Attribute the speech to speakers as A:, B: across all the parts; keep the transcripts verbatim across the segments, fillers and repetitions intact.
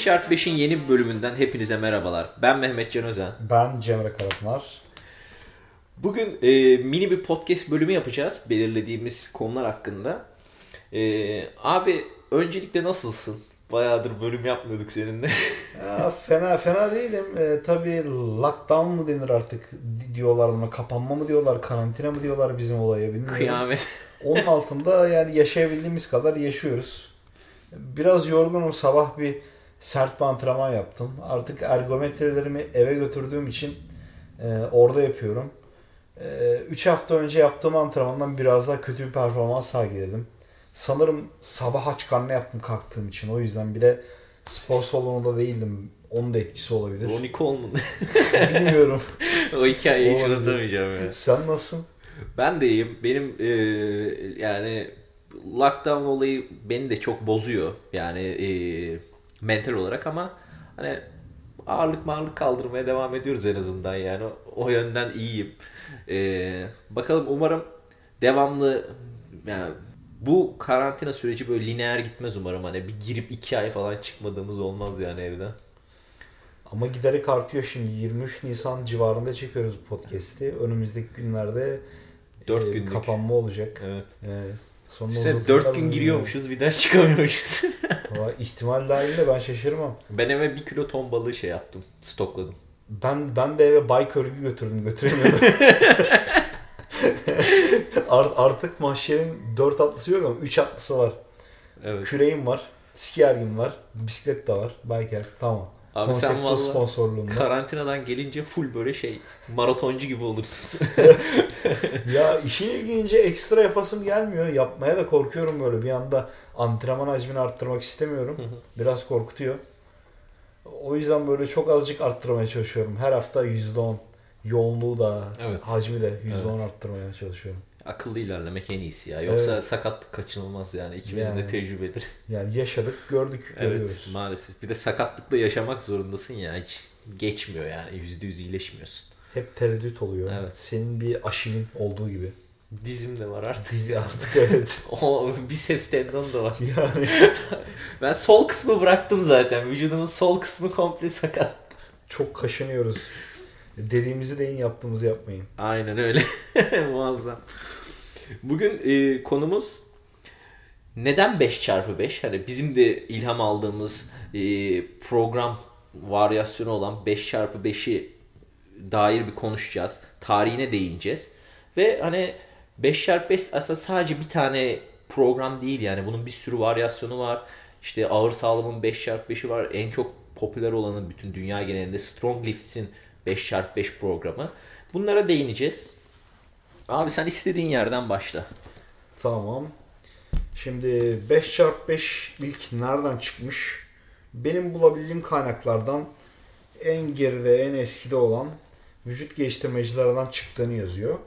A: çarpı beşin yeni bir bölümünden hepinize merhabalar. Ben Mehmet Can Özen.
B: Ben Cemre Karapınar.
A: Bugün e, mini bir podcast bölümü yapacağız belirlediğimiz konular hakkında. E, abi öncelikle nasılsın? Bayağıdır bölüm yapmıyorduk seninle.
B: Ya, fena fena değilim. E, tabii lockdown mı denir artık diyorlar buna. Kapanma mı diyorlar, karantina mı diyorlar bizim olaya bilmiyorum.
A: Kıyamet.
B: Onun altında yani yaşayabildiğimiz kadar yaşıyoruz. Biraz yorgunum. Sabah bir sert bir antrenman yaptım. Artık ergometrelerimi eve götürdüğüm için e, orada yapıyorum. üç hafta önce yaptığım antrenmandan biraz daha kötü bir performans sergiledim. Sanırım sabah aç karnına yaptım kalktığım için. O yüzden bir de spor salonunda değildim. Onun da etkisi olabilir.
A: Ronnie Coleman.
B: Bilmiyorum.
A: O hikayeyi hiç unutamayacağım ya.
B: Sen nasılsın?
A: Ben de iyiyim. Benim e, yani lockdown olayı beni de çok bozuyor. Yani e, mental olarak ama hani ağırlık mağırlık kaldırmaya devam ediyoruz en azından yani. O, o yönden iyiyim. E, bakalım umarım devamlı yani bu karantina süreci böyle lineer gitmez umarım. Hani bir girip iki ay falan çıkmadığımız olmaz yani evden.
B: Ama giderek artıyor şimdi. yirmi üç Nisan civarında çekiyoruz bu podcast'i. Önümüzdeki günlerde
A: dört
B: e,
A: günlük
B: kapanma olacak.
A: Evet.
B: Evet. Sonra
A: Sen dört gün giriyormuşuz bir daha çıkamıyormuşuz.
B: Valla ihtimal dahilinde ben şaşırmam.
A: Ben eve bir kilo ton balığı şey yaptım. Stokladım.
B: Ben ben de eve bayk örgü götürdüm. Götüremiyordum. Artık mahşerin dört atlısı yok ama üç atlısı var.
A: Evet.
B: Küreğim var. Skiergim var. Bisiklet de var. Biker. Tamam.
A: Abi
B: Konsepto
A: sen valla
B: sponsorluğunda.
A: Karantinadan gelince full böyle şey maratoncu gibi olursun.
B: Ya işin ilginci ekstra yapasım gelmiyor. Yapmaya da korkuyorum böyle. Bir anda antrenman hacmini arttırmak istemiyorum. Biraz korkutuyor. O yüzden böyle çok azıcık arttırmaya çalışıyorum. Her hafta yüzde on yoğunluğu da,
A: evet.
B: hacmi de yüzde on
A: evet.
B: arttırmaya çalışıyorum.
A: Akıllı ilerlemek en iyisi ya. Yoksa evet. sakatlık kaçınılmaz yani. İkimizin
B: yani,
A: de tecrübedir.
B: Yani yaşadık, gördük,
A: evet,
B: görüyoruz.
A: maalesef. Bir de sakatlıkla yaşamak zorundasın ya. Hiç geçmiyor yani. Yüzde yüz iyileşmiyorsun.
B: Hep tereddüt oluyor.
A: Evet.
B: Senin bir aşilin olduğu gibi.
A: Dizim de var artık.
B: Dizi artık evet.
A: O biceps tendonu da var.
B: Yani.
A: Ben sol kısmı bıraktım zaten. Vücudumun sol kısmı komple sakat.
B: Çok kaşınıyoruz. Dediğimizi deyin, yaptığımızı yapmayın.
A: Aynen öyle. Muazzam. Bugün e, konumuz neden beş çarpı beş? Hani bizim de ilham aldığımız e, program varyasyonu olan beş çarpı beşi dair bir konuşacağız. Tarihine değineceğiz. Ve hani beş çarpı beş aslında sadece bir tane program değil yani. Bunun bir sürü varyasyonu var. İşte ağır sağlamın beş çarpı beşi var. En çok popüler olanı bütün dünya genelinde Strong Lifts'in beş çarpı beş programı. Bunlara değineceğiz. Abi sen istediğin yerden başla.
B: Tamam. Şimdi beş çarpı beş ilk nereden çıkmış? Benim bulabildiğim kaynaklardan en geride, en eskide olan vücut geliştirmecilerden çıktığını yazıyor.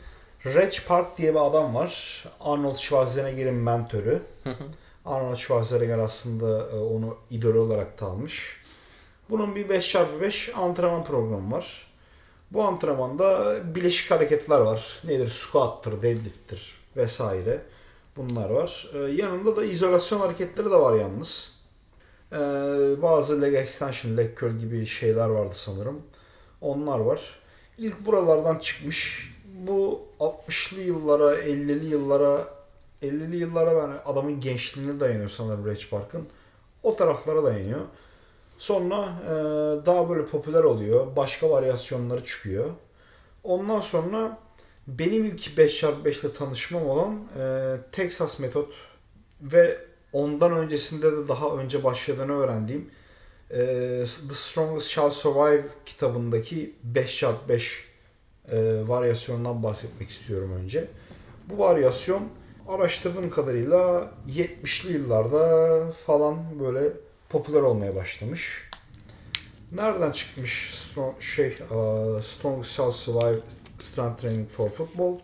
B: Reg Park diye bir adam var. Arnold Schwarzenegger'in mentörü. Arnold Schwarzenegger aslında onu idol olarak da almış. Bunun bir beş çarpı beş antrenman programı var. Bu antrenmanda bileşik hareketler var. Nedir? Squat'tır, deadlift'tir vesaire. Bunlar var. Ee, yanında da izolasyon hareketleri de var yalnız. Ee, bazı leg extension, leg curl gibi şeyler vardı sanırım. Onlar var. İlk buralardan çıkmış. Bu altmışlı yıllara, ellili yıllara, ellili yıllara yani adamın gençliğine dayanıyor sanırım Reg Park'ın. O taraflara dayanıyor. Sonra e, daha böyle popüler oluyor. Başka varyasyonları çıkıyor. Ondan sonra benim ilk beş çarpı beş ile tanışmam olan e, Texas metot ve ondan öncesinde de daha önce başladığını öğrendiğim e, The Strongest Shall Survive kitabındaki beş çarpı beş e, varyasyonundan bahsetmek istiyorum önce. Bu varyasyon araştırdığım kadarıyla yetmişli yıllarda falan böyle popüler olmaya başlamış. Nereden çıkmış strong, şey uh, Strong Shall Survive Strength Training for Football?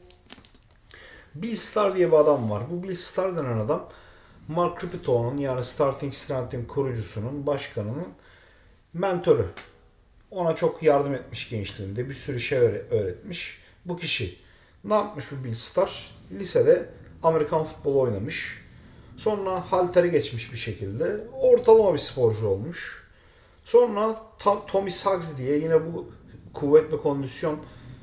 B: Bill Starr diye bir adam var. Bu Bill Starr denen adam Mark Rippetoe'nun yani Starting Strength'in kurucusunun, başkanının mentörü. Ona çok yardım etmiş gençliğinde. Bir sürü şey öğretmiş. Bu kişi ne yapmış bu Bill Starr? Lisede Amerikan futbolu oynamış. Sonra haltere geçmiş bir şekilde. Ortalama bir sporcu olmuş. Sonra Tom, Tommy Suggs diye yine bu kuvvet ve kondisyon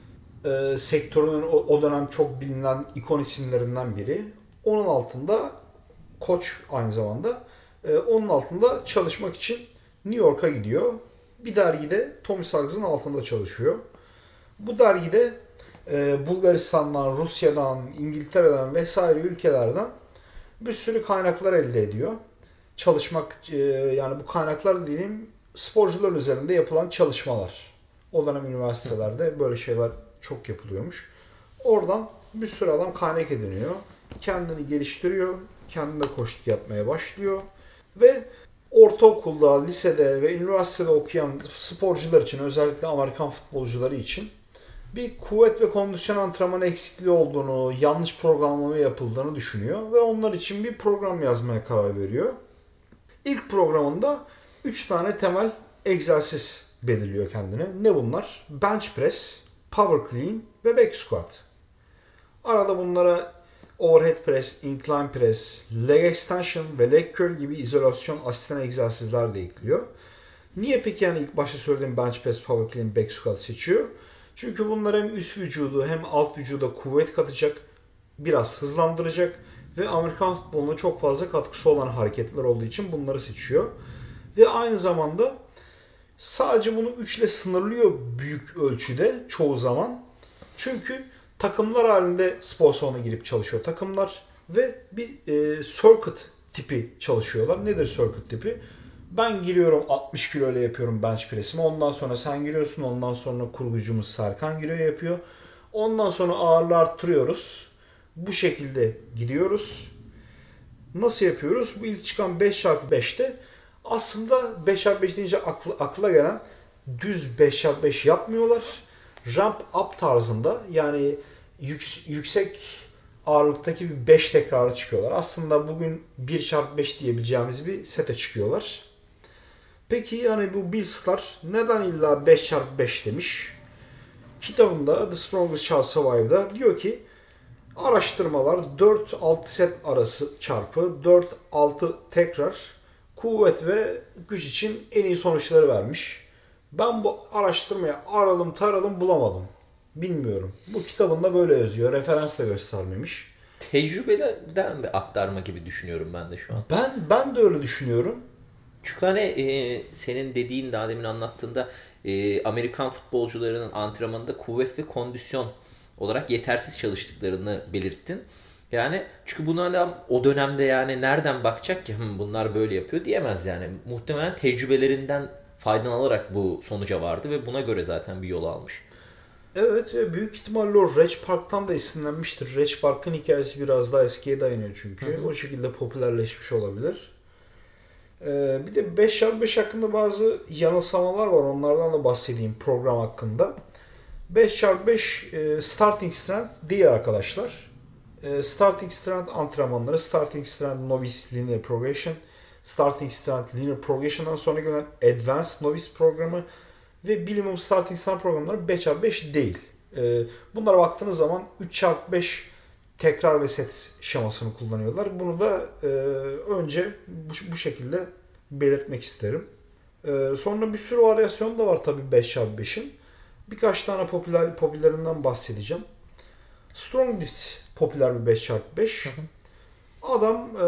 B: e, sektörünün o, o dönem çok bilinen ikon isimlerinden biri. Onun altında koç aynı zamanda. E, onun altında çalışmak için New York'a gidiyor. Bir dergide Tommy Suggs'ın altında çalışıyor. Bu dergide e, Bulgaristan'dan, Rusya'dan, İngiltere'den vesaire ülkelerden bir sürü kaynaklar elde ediyor. Çalışmak e, yani bu kaynaklar dediğim sporcular üzerinde yapılan çalışmalar. O dönem üniversitelerde böyle şeyler çok yapılıyormuş. Oradan bir sürü adam kaynak ediniyor. Kendini geliştiriyor. Kendine koçluk yapmaya başlıyor. Ve ortaokulda, lisede ve üniversitede okuyan sporcular için, özellikle Amerikan futbolcuları için bir kuvvet ve kondisyon antrenmanı eksikliği olduğunu, yanlış programlama yapıldığını düşünüyor ve onlar için bir program yazmaya karar veriyor. İlk programında üç tane temel egzersiz belirliyor kendine. Ne bunlar? Bench press, power clean ve back squat. Arada bunlara overhead press, incline press, leg extension ve leg curl gibi izolasyon asistan egzersizler de ekliyor. Niye peki yani ilk başta söylediğim bench press, power clean, back squat seçiyor? Çünkü bunlar hem üst vücudu hem alt vücuda kuvvet katacak, biraz hızlandıracak ve Amerikan futboluna çok fazla katkısı olan hareketler olduğu için bunları seçiyor. Ve aynı zamanda sadece bunu üç ile sınırlıyor büyük ölçüde çoğu zaman. Çünkü takımlar halinde spor salonuna girip çalışıyor takımlar ve bir e, circuit tipi çalışıyorlar. Nedir circuit tipi? Ben giriyorum altmış kilo ile yapıyorum bench press'imi. Ondan sonra sen giriyorsun. Ondan sonra kurgucumuz Serkan giriyor yapıyor. Ondan sonra ağırlığı arttırıyoruz. Bu şekilde gidiyoruz. Nasıl yapıyoruz? Bu ilk çıkan beş çarpı beşte aslında beş çarpı beş deyince aklı, akla gelen düz beş çarpı beş yapmıyorlar. Ramp up tarzında yani yük, yüksek ağırlıktaki bir beş tekrarı çıkıyorlar. Aslında bugün bir çarpı beş diyebileceğimiz bir sete çıkıyorlar. Peki yani bu Bill Starr neden illa beş çarpı beş demiş? Kitabında The Strongest Shall Survive'da diyor ki araştırmalar dört altı set arası çarpı dört altı tekrar kuvvet ve güç için en iyi sonuçları vermiş. Ben bu araştırmaya aradım taradım bulamadım. Bilmiyorum. Bu kitabında böyle yazıyor. Referans da göstermemiş.
A: Tecrübeden bir aktarma gibi düşünüyorum ben de şu an.
B: Ben ben de öyle düşünüyorum.
A: Çünkü hani e, senin dediğin daha demin anlattığında e, Amerikan futbolcularının antrenmanında kuvvet ve kondisyon olarak yetersiz çalıştıklarını belirttin. Yani çünkü bunu adam o dönemde yani nereden bakacak ki bunlar böyle yapıyor diyemez yani. Muhtemelen tecrübelerinden faydalanarak bu sonuca vardı ve buna göre zaten bir yol almış.
B: Evet ve büyük ihtimalle o Reg Park'tan da esinlenmiştir. Reg Park'ın hikayesi biraz daha eskiye dayanıyor çünkü. Hı hı. O şekilde popülerleşmiş olabilir. Ee, bir de beş çarpı beş hakkında bazı yanılsamalar var. Onlardan da bahsedeyim program hakkında. beş çarpı beş e, starting strength değil arkadaşlar. E, starting strength antrenmanları, starting strength novice linear progression, starting strength linear progression'dan sonra gelen advanced novice programı ve minimum starting strength programları beş çarpı beş değil. E, bunlara baktığınız zaman üç çarpı beş tekrar ve set şemasını kullanıyorlar. Bunu da e, önce bu, bu şekilde belirtmek isterim. E, sonra bir sürü varyasyon da var tabii beş çarpı beşin. Birkaç tane popüler popülerinden bahsedeceğim. Strong Lifts popüler bir beş çarpı beş. Adam e,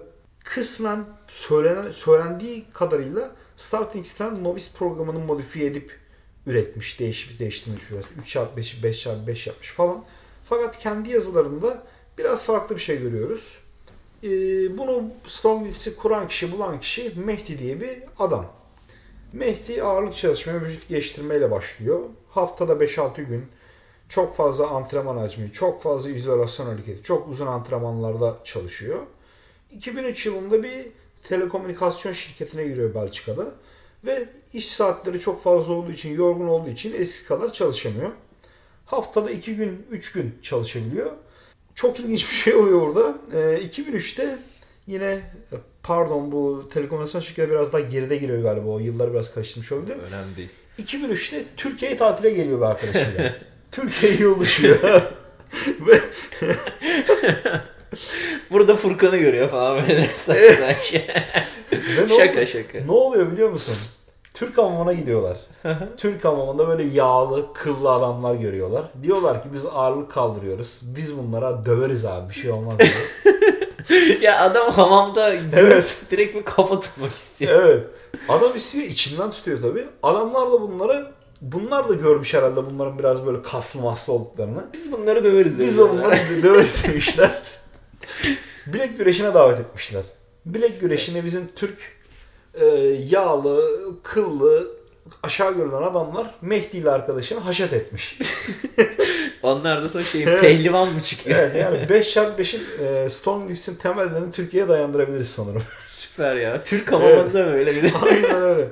B: kısmen söylenen, söylendiği kadarıyla Starting Strength Novice programını modifiye edip üretmiş, değişmiş, değiştirmiş biraz. üç çarpı beşi beş çarpı beş yapmış falan. Fakat kendi yazılarında biraz farklı bir şey görüyoruz. E, bunu Strong Lifts'i kuran kişi, bulan kişi Mehdi diye bir adam. Mehdi ağırlık çalışmaya, vücut geliştirmeyle başlıyor. Haftada beş altı gün çok fazla antrenman hacmi, çok fazla izolasyon hareketi, çok uzun antrenmanlarda çalışıyor. iki bin üç yılında bir telekomünikasyon şirketine giriyor Belçika'da ve iş saatleri çok fazla olduğu için, yorgun olduğu için eski kadar çalışamıyor. Haftada iki gün, üç gün çalışabiliyor. Çok ilginç bir şey oluyor orada. E, iki bin üçte yine pardon bu telekomünikasyon şirketi biraz daha geride giriyor galiba. O yılları biraz karıştırmış olabilir.
A: Önemli değil.
B: iki bin üçte Türkiye'ye tatile geliyor bir arkadaşıyla. Türkiye'yi yoluşuyor. Ve
A: burada Furkan'ı görüyor falan böyle. Şaka şaka.
B: Ne
A: şaka.
B: Ne oluyor biliyor musun? Türk hamamına gidiyorlar. Türk hamamında böyle yağlı, kıllı adamlar görüyorlar. Diyorlar ki biz ağırlık kaldırıyoruz. Biz bunlara döveriz abi, bir şey olmaz diyor.
A: Ya adam hamamda
B: evet.
A: direkt bir kafa tutmak istiyor.
B: Evet. Adam istiyor, içinden tutuyor tabii. Adamlar da bunlara, bunlar da görmüş herhalde bunların biraz böyle kaslı maslı olduklarını.
A: Biz bunları döveriz.
B: Biz de bunları döveriz demişler. Bilek güreşine davet etmişler. Bilek güreşine bizim Türk e, yağlı, kıllı, aşağı görülen adamlar Mehdi ile arkadaşını haşet etmiş.
A: Onlar da sonra şey pehlivan mı çıkıyor?
B: Evet, yani beş çarpı beşin e, Stone Lifts'in temellerini Türkiye'ye dayandırabiliriz sanırım.
A: Süper ya. Türk hamamında evet. Böyle bir de.
B: Aynen öyle.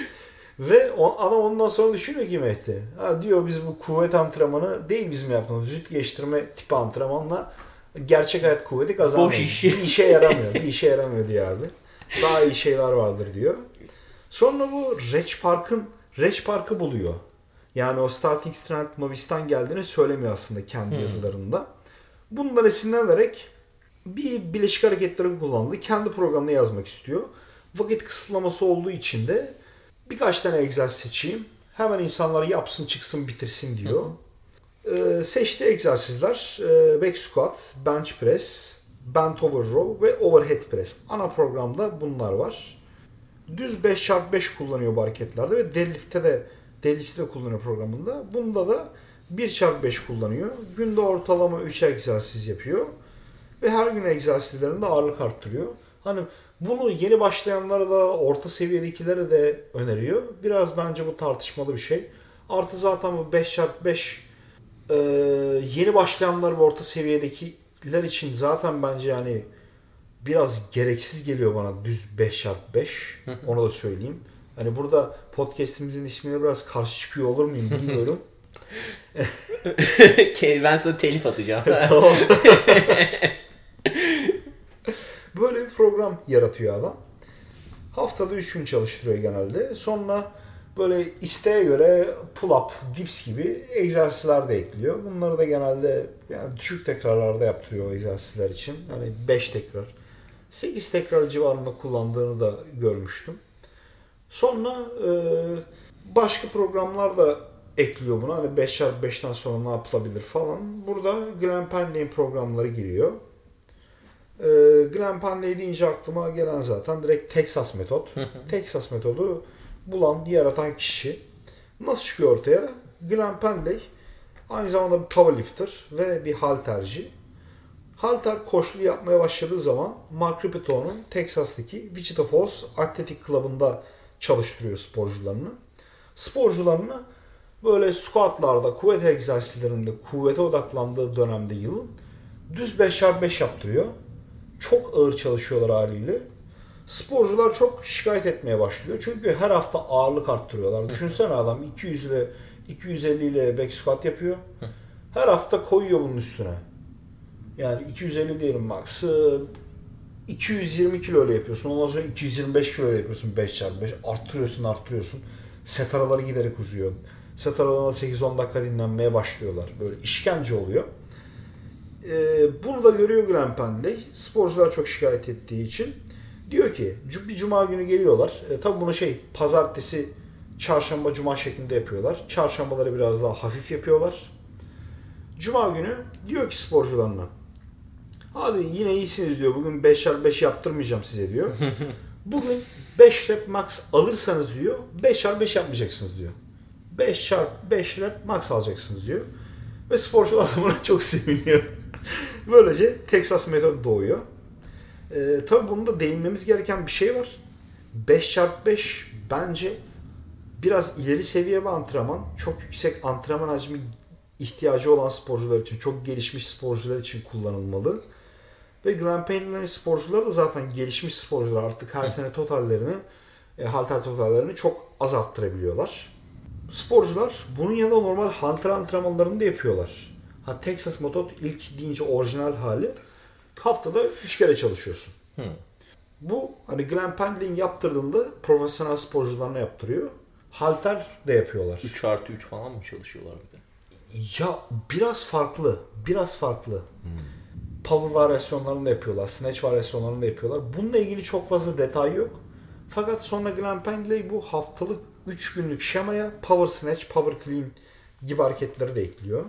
B: Ve o, adam ondan sonra düşünüyor ki Mehdi. Ha, diyor biz bu kuvvet antrenmanı değil bizim yaptığımız vücut geliştirme tipi antrenmanla gerçek hayat kuvveti kazanmıyor.
A: Boş iş.
B: Bir işe yaramıyor. Bir işe yaramıyor diyor abi. Daha iyi şeyler vardır diyor. Sonra bu Reg Park'ın Reg Park'ı buluyor. Yani o Starting Strength Novice'tan geldiğini söylemiyor aslında kendi hmm. yazılarında. Bundan esinlenerek bir bileşik hareketleri kullandı. Kendi programını yazmak istiyor. Vakit kısıtlaması olduğu için de birkaç tane egzersiz seçeyim. Hemen insanlar yapsın, çıksın, bitirsin diyor. Ee, seçtiği egzersizler e, back squat, bench press, bent over row ve overhead press. Ana programda bunlar var. Düz beş çarpı beş kullanıyor bu hareketlerde ve deadlift'te de deadlift'te de kullanıyor programında. Bunda da bir çarpı beş kullanıyor. Günde ortalama üç egzersiz yapıyor. Ve her gün egzersizlerinde ağırlık arttırıyor. Hani bunu yeni başlayanlara da orta seviyedekilere de öneriyor. Biraz bence bu tartışmalı bir şey. Artı zaten bu beş çarpı beş e, yeni başlayanlar ve orta seviyedekiler için zaten bence yani biraz gereksiz geliyor bana düz beş çarpı beş. Onu da söyleyeyim. Hani burada podcast'imizin ismine biraz karşı çıkıyor olur muyum bilmiyorum.
A: Ben sana telif atacağım.
B: Tamam. Böyle bir program yaratıyor adam. Haftada üç gün çalıştırıyor genelde. Sonra böyle isteğe göre pull-up, dips gibi egzersizler de ekliyor. Bunları da genelde yani düşük tekrarlarda yaptırıyor o egzersizler için. Yani beş tekrar, sekiz tekrar civarında kullandığını da görmüştüm. Sonra e, başka programlar da ekliyor buna. Hani beş çarpı beşten sonra ne yapılabilir falan. Burada Glenn Pendley'in programları giriyor. E, Glenn Pendley deyince aklıma gelen zaten direkt Texas metot. Texas metodu bulan, yaratan kişi. Nasıl çıkıyor ortaya? Glenn Pendley aynı zamanda bir powerlifter ve bir halterci. Halter koşulu yapmaya başladığı zaman Mark Rippetoe'nun Texas'taki Wichita Falls Athletic Club'ında çalıştırıyor sporcularını. Sporcularını böyle squatlarda, kuvvet egzersizlerinde kuvvete odaklandığı dönemde yılın düz beş çarpı beş yaptırıyor. Çok ağır çalışıyorlar haliyle. Sporcular çok şikayet etmeye başlıyor. Çünkü her hafta ağırlık arttırıyorlar. Düşünsene adam iki yüz ile iki yüz elli ile back squat yapıyor. Her hafta koyuyor bunun üstüne. Yani iki yüz elli diyelim max. iki yüz yirmi kilo ile yapıyorsun. Ondan sonra iki yüz yirmi beş kilo ile yapıyorsun beş çarpı beş. Arttırıyorsun, arttırıyorsun. Set araları giderek uzuyor. Set aralarında sekiz on dakika dinlenmeye başlıyorlar. Böyle işkence oluyor. Ee, bunu da görüyor Glenn Pendley. Sporcular çok şikayet ettiği için. Diyor ki bir cuma günü geliyorlar. E, tabii bunu şey pazartesi, çarşamba, cuma şeklinde yapıyorlar. Çarşambaları biraz daha hafif yapıyorlar. Cuma günü diyor ki sporcularına hadi yine iyisiniz diyor. Bugün beş çarpı beş yaptırmayacağım size diyor. Bugün beş rep max alırsanız diyor beş çarpı beş yapmayacaksınız diyor. beş çarpı beş rep max alacaksınız diyor. Ve sporcular buna çok seviniyor. Böylece Texas metodu doğuyor. Ee, tabii bunun da değinmemiz gereken bir şey var. beş çarpı beş bence biraz ileri seviye bir antrenman. Çok yüksek antrenman hacmi ihtiyacı olan sporcular için, çok gelişmiş sporcular için kullanılmalı. Ve Glenn Pendley'in sporcuları da zaten gelişmiş sporcular. Artık her sene totallerini, e, halter totallerini çok az arttırabiliyorlar. Sporcular bunun yanında normal halter antrenmanlarını da yapıyorlar. Ha, Texas metot ilk deyince orijinal hali. Haftada üç kere çalışıyorsun. Hmm. Bu hani Glenn Pendley'in yaptırdığında profesyonel sporcularına yaptırıyor. Halter de yapıyorlar.
A: üç artı üç falan mı çalışıyorlar bir de?
B: Ya biraz farklı. Biraz farklı. Hmm. Power varyasyonlarını da yapıyorlar. Snatch varyasyonlarını da yapıyorlar. Bununla ilgili çok fazla detay yok. Fakat sonra Glenn Pendley bu haftalık üç günlük şemaya Power Snatch, Power Clean gibi hareketleri de ekliyor.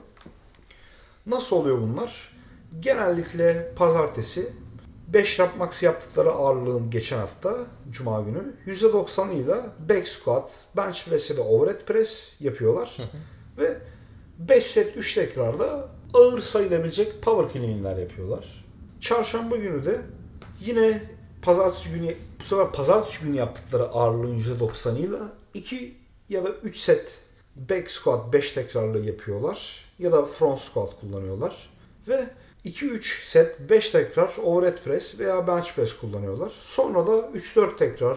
B: Nasıl oluyor bunlar? Genellikle pazartesi beş rep max yaptıkları ağırlığın geçen hafta Cuma günü yüzde doksanıyla back squat, bench press ya da overhead press yapıyorlar. Hı hı. Ve beş set üç tekrarda ağır sayılabilecek power clean'ler yapıyorlar. Çarşamba günü de yine pazartesi günü, bu sefer pazartesi günü yaptıkları ağırlığın yüzde doksanıyla iki ya da üç set back squat beş tekrarlı yapıyorlar. Ya da front squat kullanıyorlar. Ve iki üç set beş tekrar overhead press veya bench press kullanıyorlar. Sonra da üç dört tekrar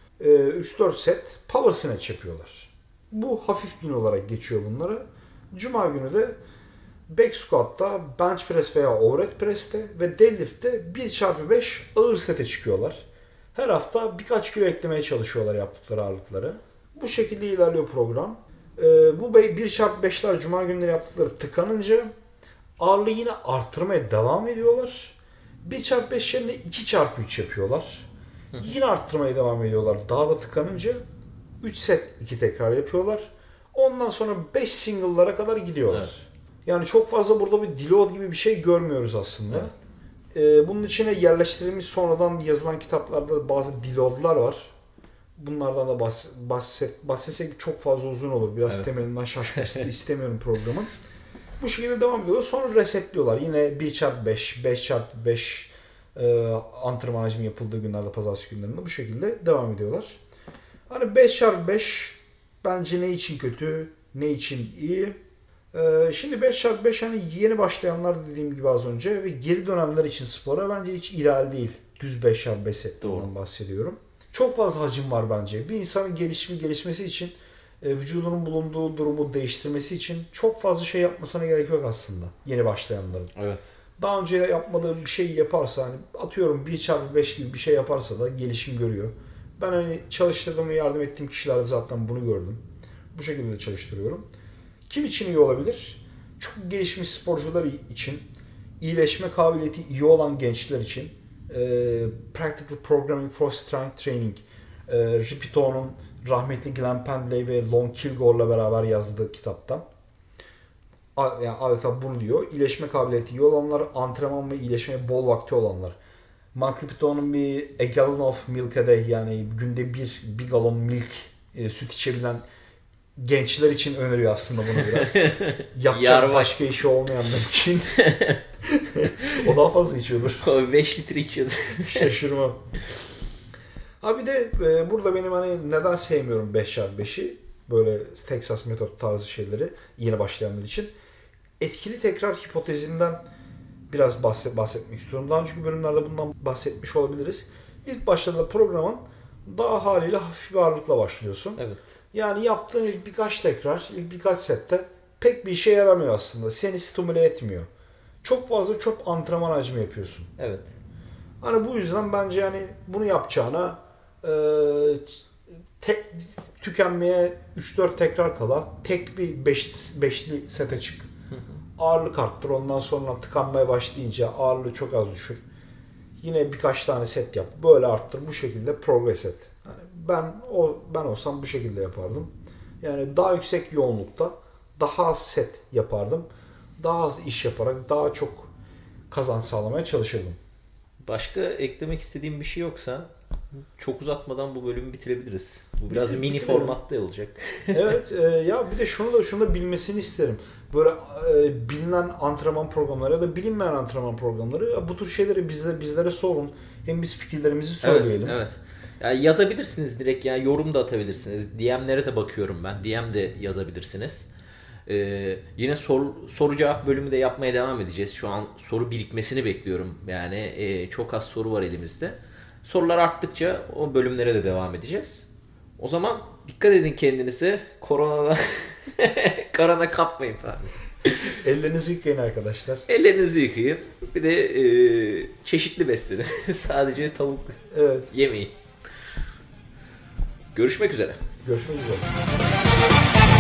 B: üç dört set power snatch yapıyorlar. Bu hafif gün olarak geçiyor bunlara. Cuma günü de back squat'ta, bench press veya overhead press'te ve deadlift'te bir çarpı beş ağır sete çıkıyorlar. Her hafta birkaç kilo eklemeye çalışıyorlar yaptıkları ağırlıkları. Bu şekilde ilerliyor program. Bu bir çarpı beşler Cuma günleri yaptıkları tıkanınca ağırlığı yine artırmaya devam ediyorlar. bir çarpı beş yerine iki çarpı üç yapıyorlar. Yine arttırmaya devam ediyorlar. Daha da tıkanınca üç set iki tekrar yapıyorlar. Ondan sonra beş single'lara kadar gidiyorlar. Evet. Yani çok fazla burada bir deload gibi bir şey görmüyoruz aslında. Evet. Ee, bunun içine yerleştirilmiş sonradan yazılan kitaplarda bazı deload'lar var. Bunlardan da bahs- bahset, bahsetsek çok fazla uzun olur. Biraz evet. temelinden şaşmasını istemiyorum programın. Bu şekilde devam ediyorlar. Sonra resetliyorlar. Yine bir çarpı beş, beş çarpı beş e, antrenman hacmi yapıldığı günlerde, pazartesi günlerinde bu şekilde devam ediyorlar. Hani beş çarpı beş bence ne için kötü, ne için iyi? E, şimdi beş çarpı beş hani yeni başlayanlar dediğim gibi az önce ve geri dönenler için spora bence hiç ideal değil. Düz beş çarpı beş setinden bahsediyorum. Çok fazla hacim var bence. Bir insanın gelişimi gelişmesi için vücudunun bulunduğu durumu değiştirmesi için çok fazla şey yapmasına gerek yok aslında yeni başlayanların.
A: Evet.
B: Daha önce yapmadığı bir şey yaparsa hani atıyorum bir çarpı beş gibi bir şey yaparsa da gelişim görüyor. Ben hani çalıştırdığım ve yardım ettiğim kişilerde zaten bunu gördüm. Bu şekilde de çalıştırıyorum. Kim için iyi olabilir? Çok gelişmiş sporcular için, iyileşme kabiliyeti iyi olan gençler için e, Practical Programming for Strength Training, e, Ripito'nun rahmetli Glenn Pendley ve Lon Kilgore'la beraber yazdığı kitapta yani adeta bunu diyor. İyileşme kabiliyeti iyi olanlar, antrenman ve iyileşmeye bol vakti olanlar. Mark Ripito'nun bir A Gallon of Milk a Day yani günde bir, bir galon milk e, süt içebilen gençler için öneriyor aslında bunu biraz. Yapacak başka işi olmayanlar için. O daha fazla içiyordur.
A: O beş litre içiyordur.
B: Şaşırmam. Ha bir de e, burada benim hani neden sevmiyorum beş çarpı beşi böyle Texas metot tarzı şeyleri yeni başlayanlar için etkili tekrar hipotezimden biraz bahset, bahsetmek istiyorum. Daha önceki bölümlerde bundan bahsetmiş olabiliriz. İlk başladığında programın daha haliyle hafif bir ağırlıkla başlıyorsun.
A: Evet.
B: Yani yaptığın ilk birkaç tekrar, ilk birkaç sette pek bir işe yaramıyor aslında. Seni stimüle etmiyor. Çok fazla çok antrenman hacmi yapıyorsun.
A: Evet.
B: Hani bu yüzden bence yani bunu yapacağına e, tek, tükenmeye üç dört tekrar kala tek bir beş, beşli sete çık. Ağırlık arttır. Ondan sonra tıkanmaya başlayınca ağırlığı çok az düşür. Yine birkaç tane set yap. Böyle arttır. Bu şekilde progress et. Yani ben o ben olsam bu şekilde yapardım. Yani daha yüksek yoğunlukta daha az set yapardım. Daha az iş yaparak daha çok kazanç sağlamaya çalışırdım.
A: Başka eklemek istediğim bir şey yoksa çok uzatmadan bu bölümü bitirebiliriz. Bu biraz Bitir, mini bitirelim. Formatta olacak. Evet,
B: e, ya bir de şunu da şunu da bilmesini isterim. Böyle e, bilinen antrenman programları ya da bilinmeyen antrenman programları ya bu tür şeyleri bizlere, bizlere sorun. Hem biz fikirlerimizi söyleyelim.
A: Evet, evet. Yani yazabilirsiniz direkt yani yorum da atabilirsiniz. D M'lere de bakıyorum ben. D M de yazabilirsiniz. Ee, yine soru, soru cevap bölümü de yapmaya devam edeceğiz. Şu an soru birikmesini bekliyorum. Yani e, çok az soru var elimizde. Sorular arttıkça o bölümlere de devam edeceğiz. O zaman dikkat edin kendinize. Koronadan korona kapmayın falan.
B: Ellerinizi yıkayın arkadaşlar.
A: Ellerinizi yıkayın. Bir de e, çeşitli beslenin. Sadece tavuk evet. yemeyin. Görüşmek üzere.
B: Görüşmek üzere.